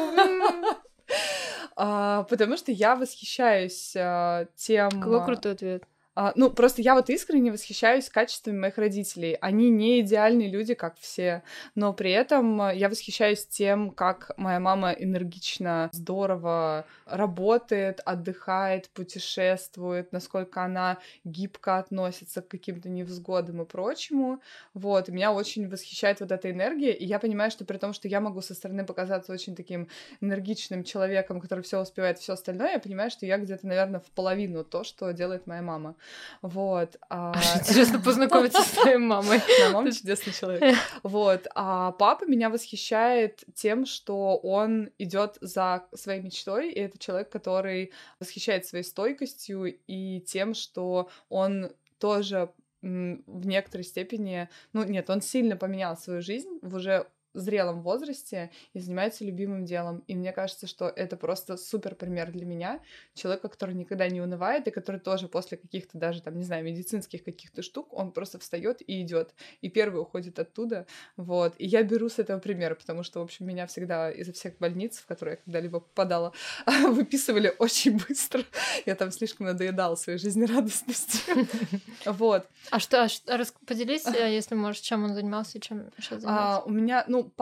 Потому что я восхищаюсь тем... Какой крутой ответ. Ну, просто я вот искренне восхищаюсь качествами моих родителей. Они не идеальные люди, как все, но при этом я восхищаюсь тем, как моя мама энергично, здорово работает, отдыхает, путешествует, насколько она гибко относится к каким-то невзгодам и прочему. Вот, и меня очень восхищает вот эта энергия, и я понимаю, что при том, что я могу со стороны показаться очень таким энергичным человеком, который все успевает, все остальное, я понимаю, что я где-то, наверное, в половину то, что делает моя мама. Вот. Интересно познакомиться с твоей мамой. Да, мама чудесный человек. Вот. А папа меня восхищает тем, что он идет за своей мечтой, и это человек, который восхищает своей стойкостью и тем, что он тоже в некоторой степени... Ну, нет, он сильно поменял свою жизнь в уже зрелом возрасте и занимается любимым делом. И мне кажется, что это просто супер пример для меня. Человека, который никогда не унывает, и который тоже после каких-то даже, там, не знаю, медицинских каких-то штук, он просто встает и идет. И первый уходит оттуда. Вот. И я беру с этого пример, потому что, в общем, меня всегда изо всех больниц, в которые я когда-либо попадала, выписывали очень быстро. Я там слишком надоедала своей жизнерадостностью. Вот. Поделись, если можешь, чем он занимался и чем сейчас занимается. У меня,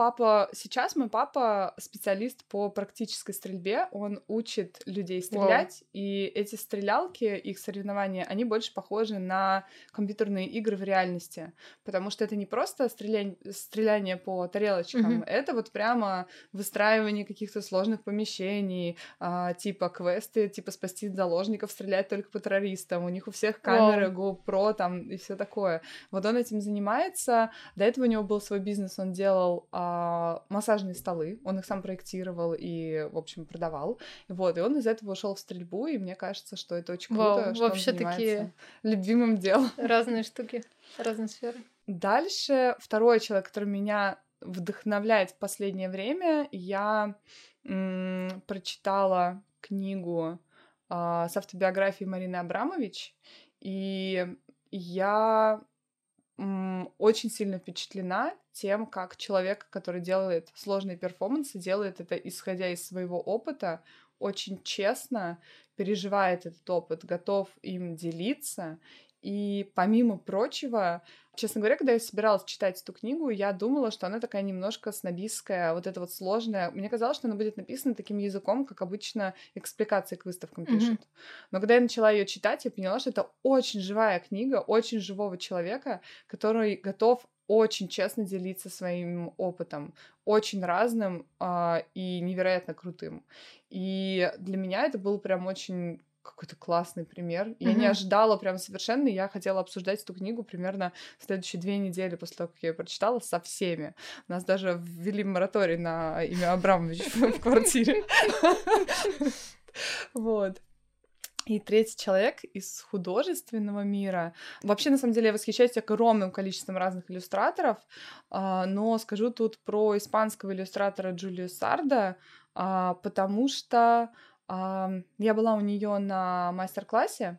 мой папа специалист по практической стрельбе, он учит людей стрелять, и эти стрелялки, их соревнования, они больше похожи на компьютерные игры в реальности, потому что это не просто стреляние по тарелочкам, это вот прямо выстраивание каких-то сложных помещений, типа квесты, типа спасти заложников, стрелять только по террористам, у них у всех камеры, GoPro там и все такое. Вот он этим занимается. До этого у него был свой бизнес, он делал массажные столы, он их сам проектировал и, в общем, продавал. Вот, и он из этого ушел в стрельбу, и мне кажется, что это очень круто, что он занимается такие любимым делом. Разные штуки, разные сферы. Дальше второй человек, который меня вдохновляет в последнее время, я прочитала книгу с автобиографией Марины Абрамович, и я очень сильно впечатлена тем, как человек, который делает сложные перформансы, делает это исходя из своего опыта, очень честно переживает этот опыт, готов им делиться. И помимо прочего, честно говоря, когда я собиралась читать эту книгу, я думала, что она такая немножко снобистская, вот это вот сложная. Мне казалось, что она будет написана таким языком, как обычно экспликации к выставкам пишут. Но когда я начала ее читать, я поняла, что это очень живая книга, очень живого человека, который готов очень честно делиться своим опытом, очень разным и невероятно крутым. И для меня это был прям очень какой-то классный пример. Я не ожидала прям совершенно, я хотела обсуждать эту книгу примерно следующие 2 недели после того, как я ее прочитала, со всеми. Нас даже ввели мораторий на имя Абрамович в квартире. Вот. И третий человек из художественного мира. Вообще, на самом деле, я восхищаюсь огромным количеством разных иллюстраторов, но скажу тут про испанского иллюстратора Джулию Сарда, потому что я была у нее на мастер-классе,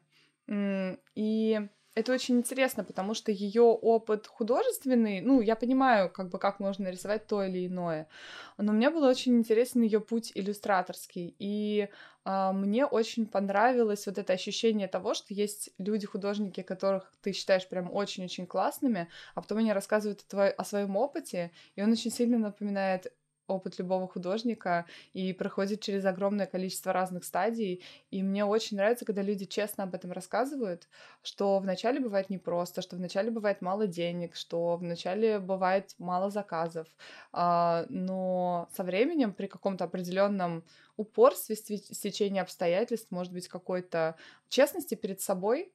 и это очень интересно, потому что ее опыт художественный, ну, я понимаю, как можно нарисовать то или иное, но мне было очень интересен ее путь иллюстраторский, и мне очень понравилось вот это ощущение того, что есть люди-художники, которых ты считаешь прям очень-очень классными, а потом они рассказывают о своем опыте, и он очень сильно напоминает опыт любого художника и проходит через огромное количество разных стадий. И мне очень нравится, когда люди честно об этом рассказывают, что вначале бывает непросто, что вначале бывает мало денег, что вначале бывает мало заказов, но со временем при каком-то определенном упорстве, стечении обстоятельств, может быть, какой-то честности перед собой,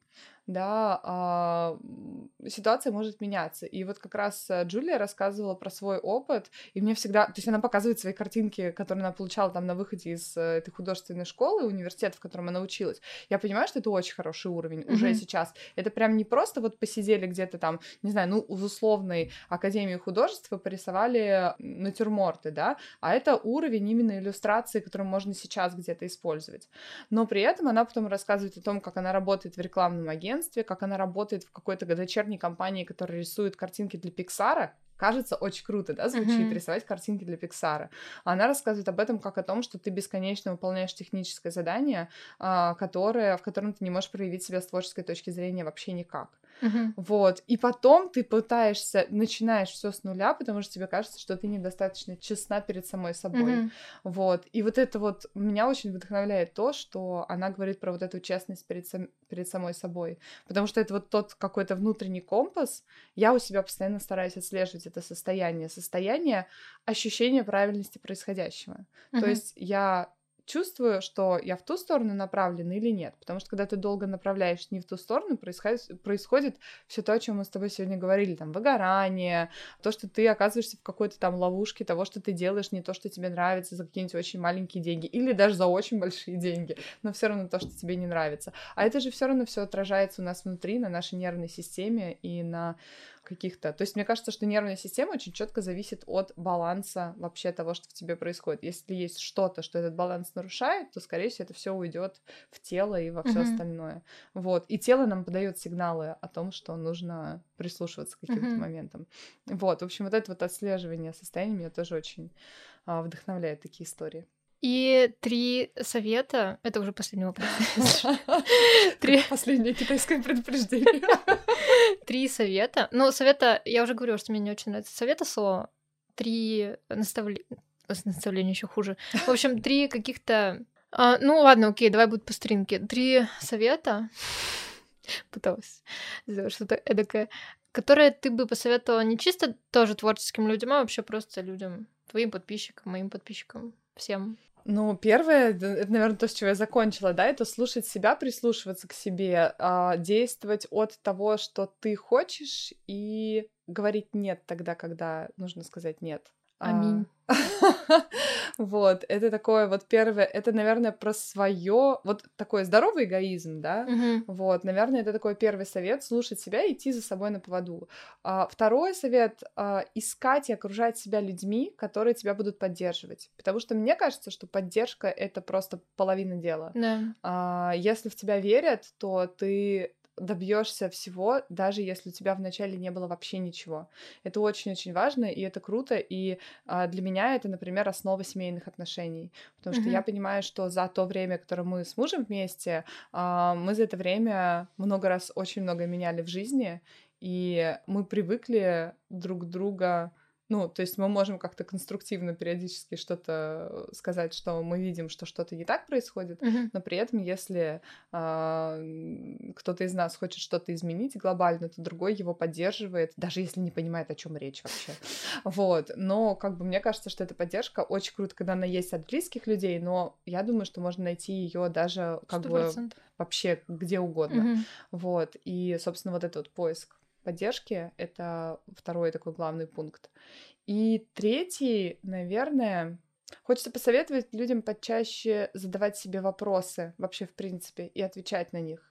да, ситуация может меняться. И вот как раз Джулия рассказывала про свой опыт, и мне всегда... То есть она показывает свои картинки, которые она получала там на выходе из этой художественной школы, университета, в котором она училась. Я понимаю, что это очень хороший уровень уже сейчас. Это прям не просто вот посидели где-то там, не знаю, ну, в условной академии художеств и порисовали натюрморты, да, а это уровень именно иллюстрации, который можно сейчас где-то использовать. Но при этом она потом рассказывает о том, как она работает в рекламном агентстве, как она работает в какой-то дочерней компании, которая рисует картинки для Пиксара. Кажется, очень круто, да, звучит рисовать картинки для Пиксара. Она рассказывает об этом как о том, что ты бесконечно выполняешь техническое задание, в котором ты не можешь проявить себя с творческой точки зрения вообще никак. Вот. И потом ты начинаешь все с нуля, потому что тебе кажется, что ты недостаточно честна перед самой собой. Вот. И вот это вот меня очень вдохновляет то, что она говорит про вот эту честность перед самой собой. Потому что это вот тот какой-то внутренний компас. Я у себя постоянно стараюсь отслеживать это состояние ощущения правильности происходящего. То есть я чувствую, что я в ту сторону направлена или нет. Потому что когда ты долго направляешь не в ту сторону, происходит все то, о чем мы с тобой сегодня говорили, там, выгорание, то, что ты оказываешься в какой-то там ловушке того, что ты делаешь не то, что тебе нравится, за какие-нибудь очень маленькие деньги, или даже за очень большие деньги, но все равно то, что тебе не нравится. А это же все равно все отражается у нас внутри, на нашей нервной системе и на каких-то... То есть мне кажется, что нервная система очень четко зависит от баланса вообще того, что в тебе происходит. Если есть что-то, что этот баланс нарушает, то, скорее всего, это все уйдет в тело и во все остальное. Вот. И тело нам подает сигналы о том, что нужно прислушиваться к каким-то моментам. Вот. В общем, вот это вот отслеживание состояния меня тоже очень вдохновляет, такие истории. И 3 совета, это уже последний вопрос. Последнее китайское предупреждение. 3 совета. Ну, совета, я уже говорила, что мне не очень нравится совета слово. 3 наставления еще хуже. В общем, 3 каких-то... ну, ладно, окей, давай будет по старинке. 3 совета. Пыталась сделать что-то эдакое. Которые ты бы посоветовала не чисто тоже творческим людям, а вообще просто людям, твоим подписчикам, моим подписчикам, всем. Ну, первое, это, наверное, то, с чего я закончила, да, это слушать себя, прислушиваться к себе, действовать от того, что ты хочешь, и говорить «нет» тогда, когда нужно сказать «нет». Аминь. Вот, это такое вот первое, это, наверное, про свое, вот такой здоровый эгоизм, да, вот, наверное, это такой первый совет, слушать себя и идти за собой на поводу. Второй совет, искать и окружать себя людьми, которые тебя будут поддерживать, потому что мне кажется, что поддержка — это просто половина дела. Да. Если в тебя верят, то ты добьешься всего, даже если у тебя вначале не было вообще ничего. Это очень-очень важно, и это круто, и для меня это, например, основа семейных отношений, потому что я понимаю, что за то время, которое мы с мужем вместе, мы за это время много раз очень много меняли в жизни, и мы привыкли друг друга. Ну, то есть мы можем как-то конструктивно периодически что-то сказать, что мы видим, что что-то не так происходит, но при этом, если кто-то из нас хочет что-то изменить глобально, то другой его поддерживает, даже если не понимает, о чем речь вообще. Вот. Но как бы мне кажется, что эта поддержка очень круто, когда она есть от близких людей, но я думаю, что можно найти ее даже как 100%. Бы вообще где угодно. Вот. И, собственно, вот этот вот поиск поддержки — это второй такой главный пункт. И третий, наверное, хочется посоветовать людям почаще задавать себе вопросы вообще в принципе и отвечать на них.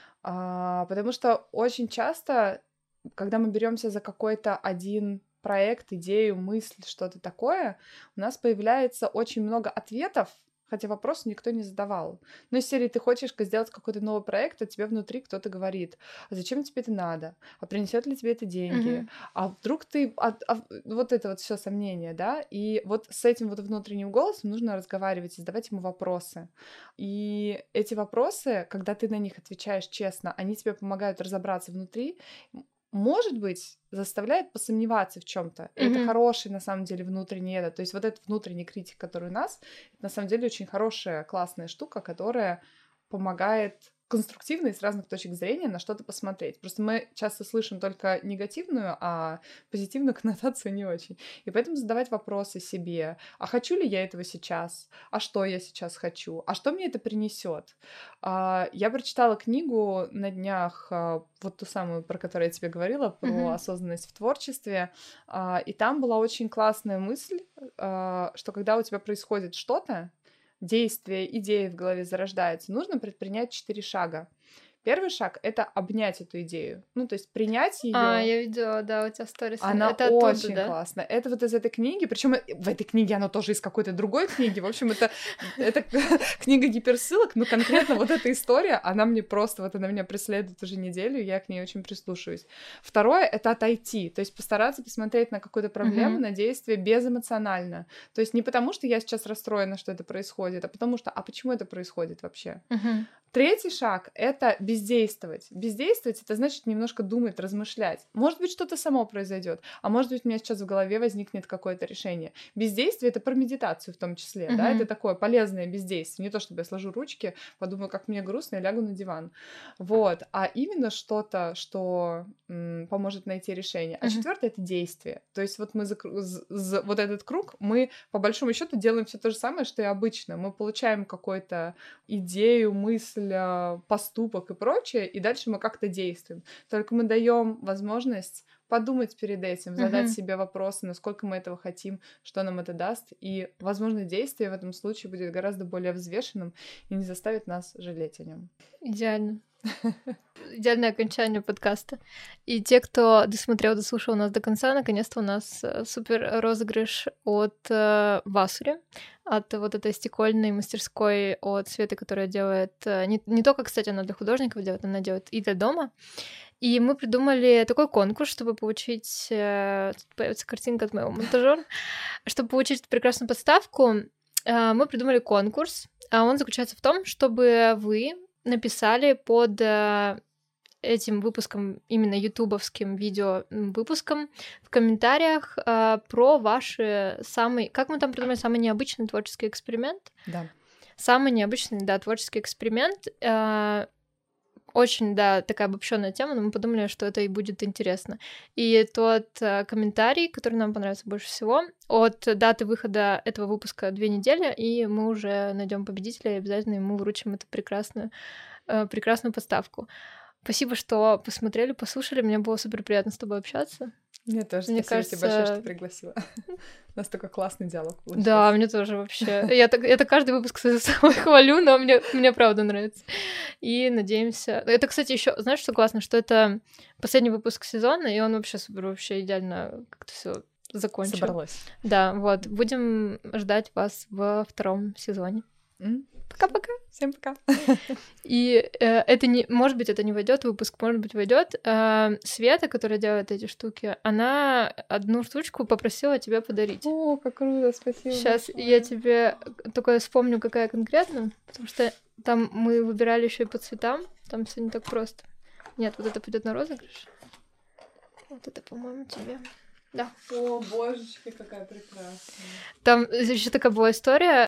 Потому что очень часто, когда мы беремся за какой-то один проект, идею, мысль, что-то такое, у нас появляется очень много ответов, хотя вопрос никто не задавал. Ну, из серии ты хочешь сделать какой-то новый проект, а тебе внутри кто-то говорит: а зачем тебе это надо? А принесет ли тебе это деньги? А вдруг ты... вот это вот все сомнения, да? И вот с этим вот внутренним голосом нужно разговаривать и задавать ему вопросы. И эти вопросы, когда ты на них отвечаешь честно, они тебе помогают разобраться внутри, может быть, заставляет посомневаться в чем-то. Это хороший, на самом деле, внутренний это. То есть вот этот внутренний критик, который у нас, это, на самом деле, очень хорошая, классная штука, которая помогает конструктивно и с разных точек зрения на что-то посмотреть. Просто мы часто слышим только негативную, а позитивную коннотацию не очень. И поэтому задавать вопросы себе: а хочу ли я этого сейчас? А что я сейчас хочу? А что мне это принесет? Я прочитала книгу на днях, вот ту самую, про которую я тебе говорила, про осознанность в творчестве, и там была очень классная мысль, что когда у тебя происходит что-то, действие, идея в голове зарождается, нужно предпринять 4 шага. Первый шаг — это обнять эту идею. Ну, то есть принять ее. Я видела, да, у тебя сторис. Она это очень оттуда, да? классная. Это вот из этой книги, причем в этой книге оно тоже из какой-то другой книги. В общем, это книга гиперссылок, но конкретно вот эта история, она мне просто, вот она меня преследует уже неделю, я к ней очень прислушиваюсь. Второе — это отойти, то есть постараться посмотреть на какую-то проблему, на действие безэмоционально. То есть не потому, что я сейчас расстроена, что это происходит, а потому что, а почему это происходит вообще? Третий шаг — это бездействовать. Бездействовать — это значит немножко думать, размышлять. Может быть, что-то само произойдет, а может быть, у меня сейчас в голове возникнет какое-то решение. Бездействие — это про медитацию в том числе, да, это такое полезное бездействие. Не то, чтобы я сложу ручки, подумаю, как мне грустно, и лягу на диван. Вот. А именно что-то, что поможет найти решение. А четвертое — это действие. То есть вот мы вот этот круг, мы по большому счету делаем все то же самое, что и обычно. Мы получаем какую-то идею, мысль, поступок и прочее, и дальше мы как-то действуем. Только мы даем возможность подумать перед этим, задать себе вопросы, насколько мы этого хотим, что нам это даст, и, возможно, действие в этом случае будет гораздо более взвешенным и не заставит нас жалеть о нем. Идеально. Идеальное окончание подкаста. И те, кто дослушал нас до конца, наконец-то у нас супер розыгрыш от Васури, от вот этой стекольной мастерской от Светы, которая делает... Не только, кстати, она для художников делает, она делает и для дома. И мы придумали такой конкурс, чтобы получить... Тут появится картинка от моего монтажера. Чтобы получить прекрасную подставку, мы придумали конкурс. Он заключается в том, чтобы вы написали под этим выпуском, именно ютубовским видео выпуском, в комментариях про ваши самые... Как мы там придумали? Самый необычный творческий эксперимент? Да. Самый необычный, да, творческий эксперимент. Очень, да, такая обобщенная тема, но мы подумали, что это и будет интересно. И тот комментарий, который нам понравился больше всего, от даты выхода этого выпуска 2 недели, и мы уже найдем победителя, и обязательно ему вручим эту прекрасную подставку. Спасибо, что посмотрели, послушали. Мне было супер приятно с тобой общаться. Мне тоже Мне спасибо тебе большое, что кажется, пригласила. У нас такой классный диалог получился. да, мне тоже вообще. Это каждый выпуск собой хвалю, но мне правда нравится. И надеемся. Это, кстати, еще, знаешь, что классно, что это последний выпуск сезона, и он вообще супер, вообще идеально как-то все закончил. Собралось. Да, вот. Будем ждать вас во втором сезоне. Пока-пока. Всем пока. И это не, может быть, это не войдет в выпуск, может быть, войдет. Света, которая делает эти штуки, она одну штучку попросила тебе подарить. О, как круто, спасибо. Сейчас я тебе только вспомню, какая конкретно, потому что там мы выбирали еще и по цветам, там все не так просто. Нет, вот это пойдет на розыгрыш. Вот это, по-моему, тебе. Да. О, божечки, какая прекрасная. Там еще такая была история.